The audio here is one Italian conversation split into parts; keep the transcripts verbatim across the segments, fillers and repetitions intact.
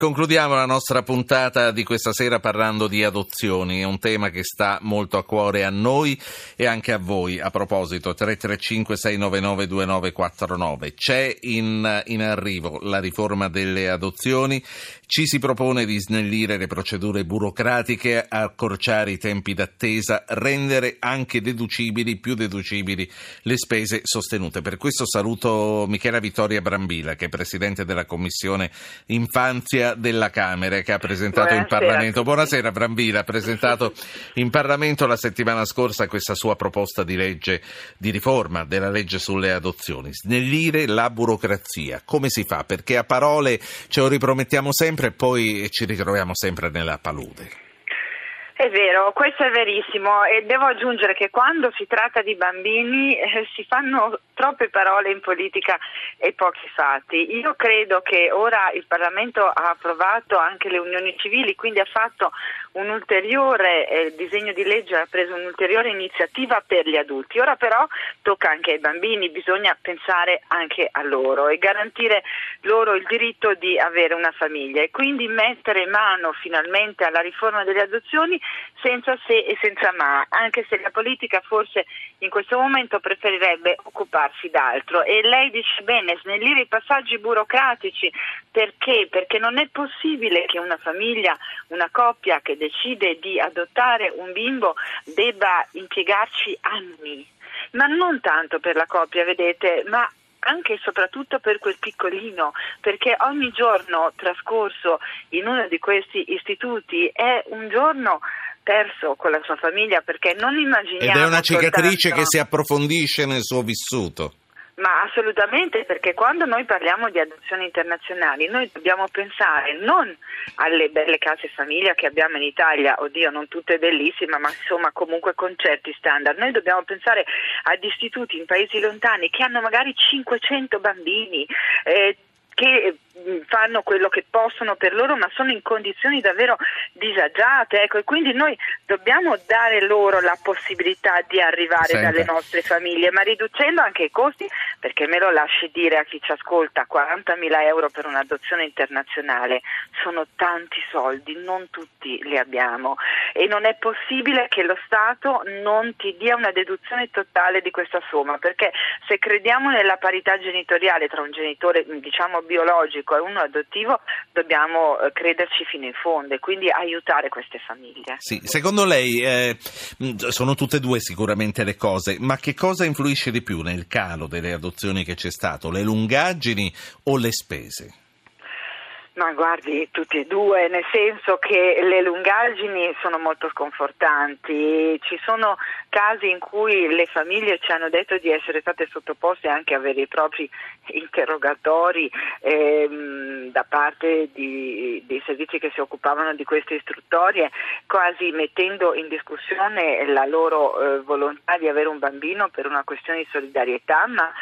Concludiamo la nostra puntata di questa sera parlando di adozioni. È un tema che sta molto a cuore a noi e anche a voi. A proposito, tre tre cinque sei nove nove due nove quattro nove. C'è in, in arrivo la riforma delle adozioni. Ci si propone di snellire le procedure burocratiche, accorciare i tempi d'attesa, rendere anche deducibili, più deducibili, le spese sostenute. Per questo saluto Michela Vittoria Brambilla, che è Presidente della Commissione Infanzia della Camera, che ha presentato Buonasera. in Parlamento. Buonasera Brambilla, ha presentato in Parlamento la settimana scorsa questa sua proposta di legge di riforma della legge sulle adozioni. Snellire la burocrazia. Come si fa? Perché a parole ce lo ripromettiamo sempre e poi ci ritroviamo sempre nella palude. È vero, questo è verissimo, e devo aggiungere che quando si tratta di bambini eh, si fanno troppe parole in politica e pochi fatti. Io credo che ora il Parlamento ha approvato anche le unioni civili, quindi ha fatto un ulteriore eh, disegno di legge, ha preso un'ulteriore iniziativa per gli adulti. Ora però tocca anche ai bambini, bisogna pensare anche a loro e garantire loro il diritto di avere una famiglia, e quindi mettere mano finalmente alla riforma delle adozioni senza se e senza ma, anche se la politica forse in questo momento preferirebbe occuparsi d'altro. E lei dice bene, snellire i passaggi burocratici. Perché? Perché non è possibile che una famiglia, una coppia che decide di adottare un bimbo debba impiegarci anni, ma non tanto per la coppia, vedete, ma anche e soprattutto per quel piccolino, perché ogni giorno trascorso in uno di questi istituti è un giorno perso con la sua famiglia, perché non immaginiamo. Ed è una cicatrice soltanto... che si approfondisce nel suo vissuto. Ma assolutamente, perché quando noi parliamo di adozioni internazionali noi dobbiamo pensare non alle belle case famiglia che abbiamo in Italia, oddio non tutte bellissime, ma insomma comunque con certi standard. Noi dobbiamo pensare ad istituti in paesi lontani che hanno magari cinquecento bambini, eh, che fanno quello che possono per loro, ma sono in condizioni davvero disagiate, ecco, e quindi noi dobbiamo dare loro la possibilità di arrivare Senta. dalle nostre famiglie, ma riducendo anche i costi, perché me lo lasci dire a chi ci ascolta, quarantamila euro per un'adozione internazionale sono tanti soldi, non tutti li abbiamo, e non è possibile che lo Stato non ti dia una deduzione totale di questa somma, perché se crediamo nella parità genitoriale tra un genitore, diciamo, biologico e uno adottivo, dobbiamo eh, crederci fino in fondo e quindi aiutare queste famiglie. Sì, secondo lei eh, sono tutte e due sicuramente le cose, ma che cosa influisce di più nel calo delle adozioni che c'è stato, le lungaggini o le spese? Ma guardi, tutti e due, nel senso che le lungaggini sono molto sconfortanti. Ci sono casi in cui le famiglie ci hanno detto di essere state sottoposte anche a veri e propri interrogatori ehm, da parte di, dei servizi che si occupavano di queste istruttorie, quasi mettendo in discussione la loro eh, volontà di avere un bambino per una questione di solidarietà, ma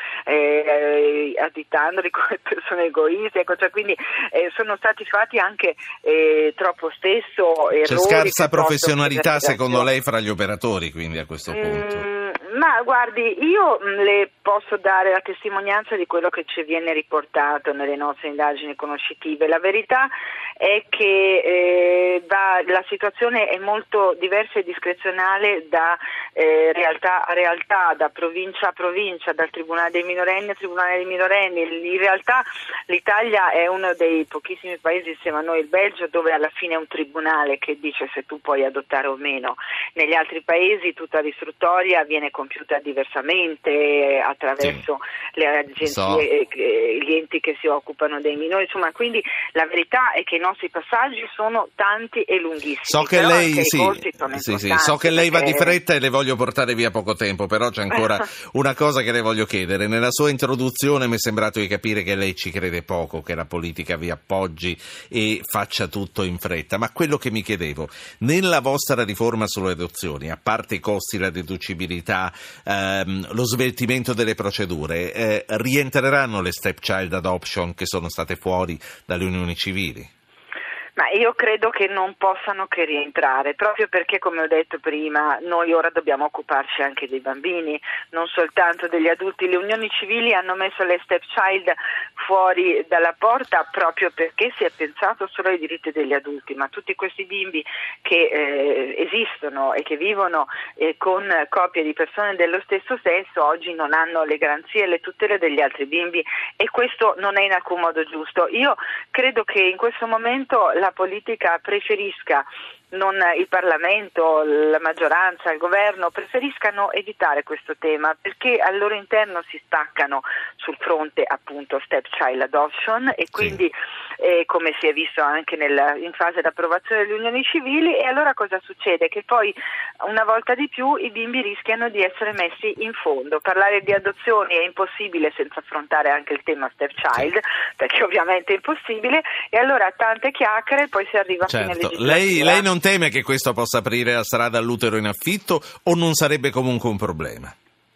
eh, additandoli come persone egoiste, ecco, cioè, quindi eh, sono stati fatti anche eh, troppo spesso errori. C'è scarsa professionalità secondo lei fra gli operatori, quindi a questo punto? Mm, ma guardi, io mh, le posso dare la testimonianza di quello che ci viene riportato nelle nostre indagini conoscitive. La verità è che eh, da, la situazione è molto diversa e discrezionale da eh, realtà a realtà, da provincia a provincia, dal Tribunale dei minorenni al Tribunale dei minorenni. In realtà l'Italia è uno dei pochissimi paesi insieme a noi, il Belgio, dove alla fine è un tribunale che dice se tu puoi adottare o meno. Negli altri paesi tutta l'istruttoria viene compiuta diversamente attraverso sì. le agenzie, so. gli enti che si occupano dei minori, insomma, quindi la verità è che i nostri passaggi sono tanti e lunghissimi. So che però lei anche sì, i costi sono sì, sì, so che lei perché... va di fretta e le voglio portare via poco tempo, però c'è ancora una cosa che le voglio chiedere. Nella sua introduzione mi è sembrato di capire che lei ci crede poco che la politica vi appoggi e faccia tutto in fretta, ma quello che mi chiedevo, nella vostra riforma sulle adozioni, a parte i costi, la deducibilità, ehm, lo sveltimento delle procedure, eh, rientreranno le step child adoption che sono state fuori dalle unioni civili? Ma io credo che non possano che rientrare, proprio perché, come ho detto prima, noi ora dobbiamo occuparci anche dei bambini, non soltanto degli adulti. Le unioni civili hanno messo le stepchild fuori dalla porta proprio perché si è pensato solo ai diritti degli adulti, ma tutti questi bimbi che eh, esistono e che vivono eh, con coppie di persone dello stesso sesso oggi non hanno le garanzie e le tutele degli altri bimbi, e questo non è in alcun modo giusto. Io credo che in questo momento la politica preferisca, non il Parlamento, la maggioranza, il governo, preferiscano evitare questo tema perché al loro interno si staccano sul fronte appunto stepchild adoption e quindi sì. eh, come si è visto anche nel, in fase d'approvazione delle unioni civili, e allora cosa succede? Che poi una volta di più i bimbi rischiano di essere messi in fondo. Parlare di adozioni è impossibile senza affrontare anche il tema stepchild, sì. perché ovviamente è impossibile, e allora tante chiacchiere poi si arriva certo. a fine legislatura. Lei, lei non teme che questo possa aprire la strada all'utero in affitto o non sarebbe comunque un problema?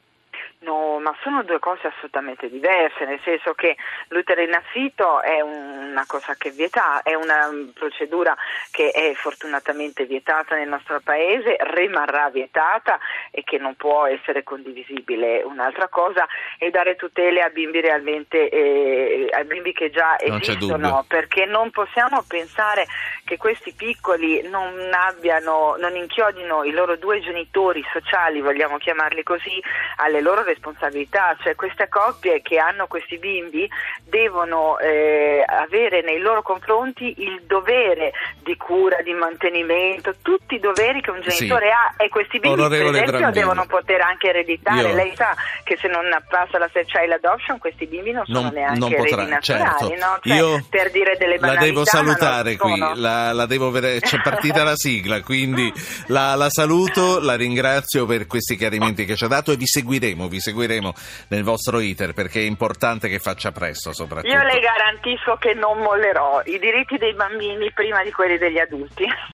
No, ma sono due cose assolutamente diverse, nel senso che l'utero in affitto è una cosa che è vietata, è una procedura che è fortunatamente vietata nel nostro paese, rimarrà vietata e che non può essere condivisibile. Un'altra cosa è dare tutele a bimbi realmente, eh, ai bimbi che già non esistono, perché non possiamo pensare che questi piccoli non abbiano, non inchiodino i loro due genitori sociali, vogliamo chiamarli così, alle loro responsabilità. Cioè queste coppie che hanno questi bimbi devono eh, avere nei loro confronti il dovere di cura, di mantenimento, tutti i doveri che un genitore sì. ha, e questi bimbi Onorevole per esempio Brambilla, devono poter anche ereditare. Io... Lei sa che se non passa la stepchild adoption questi bimbi non sono non, neanche non potrà, eredi naturali, certo. no? Cioè, Io per dire delle la banalità, devo salutare qui, sono... la, la devo vedere, c'è partita la sigla, quindi la, la saluto, la ringrazio per questi chiarimenti che ci ha dato e vi seguiremo, vi seguiremo nel vostro iter perché è importante che faccia presto soprattutto. Io le garantisco che non mollerò i diritti dei bambini prima di quelli degli adulti.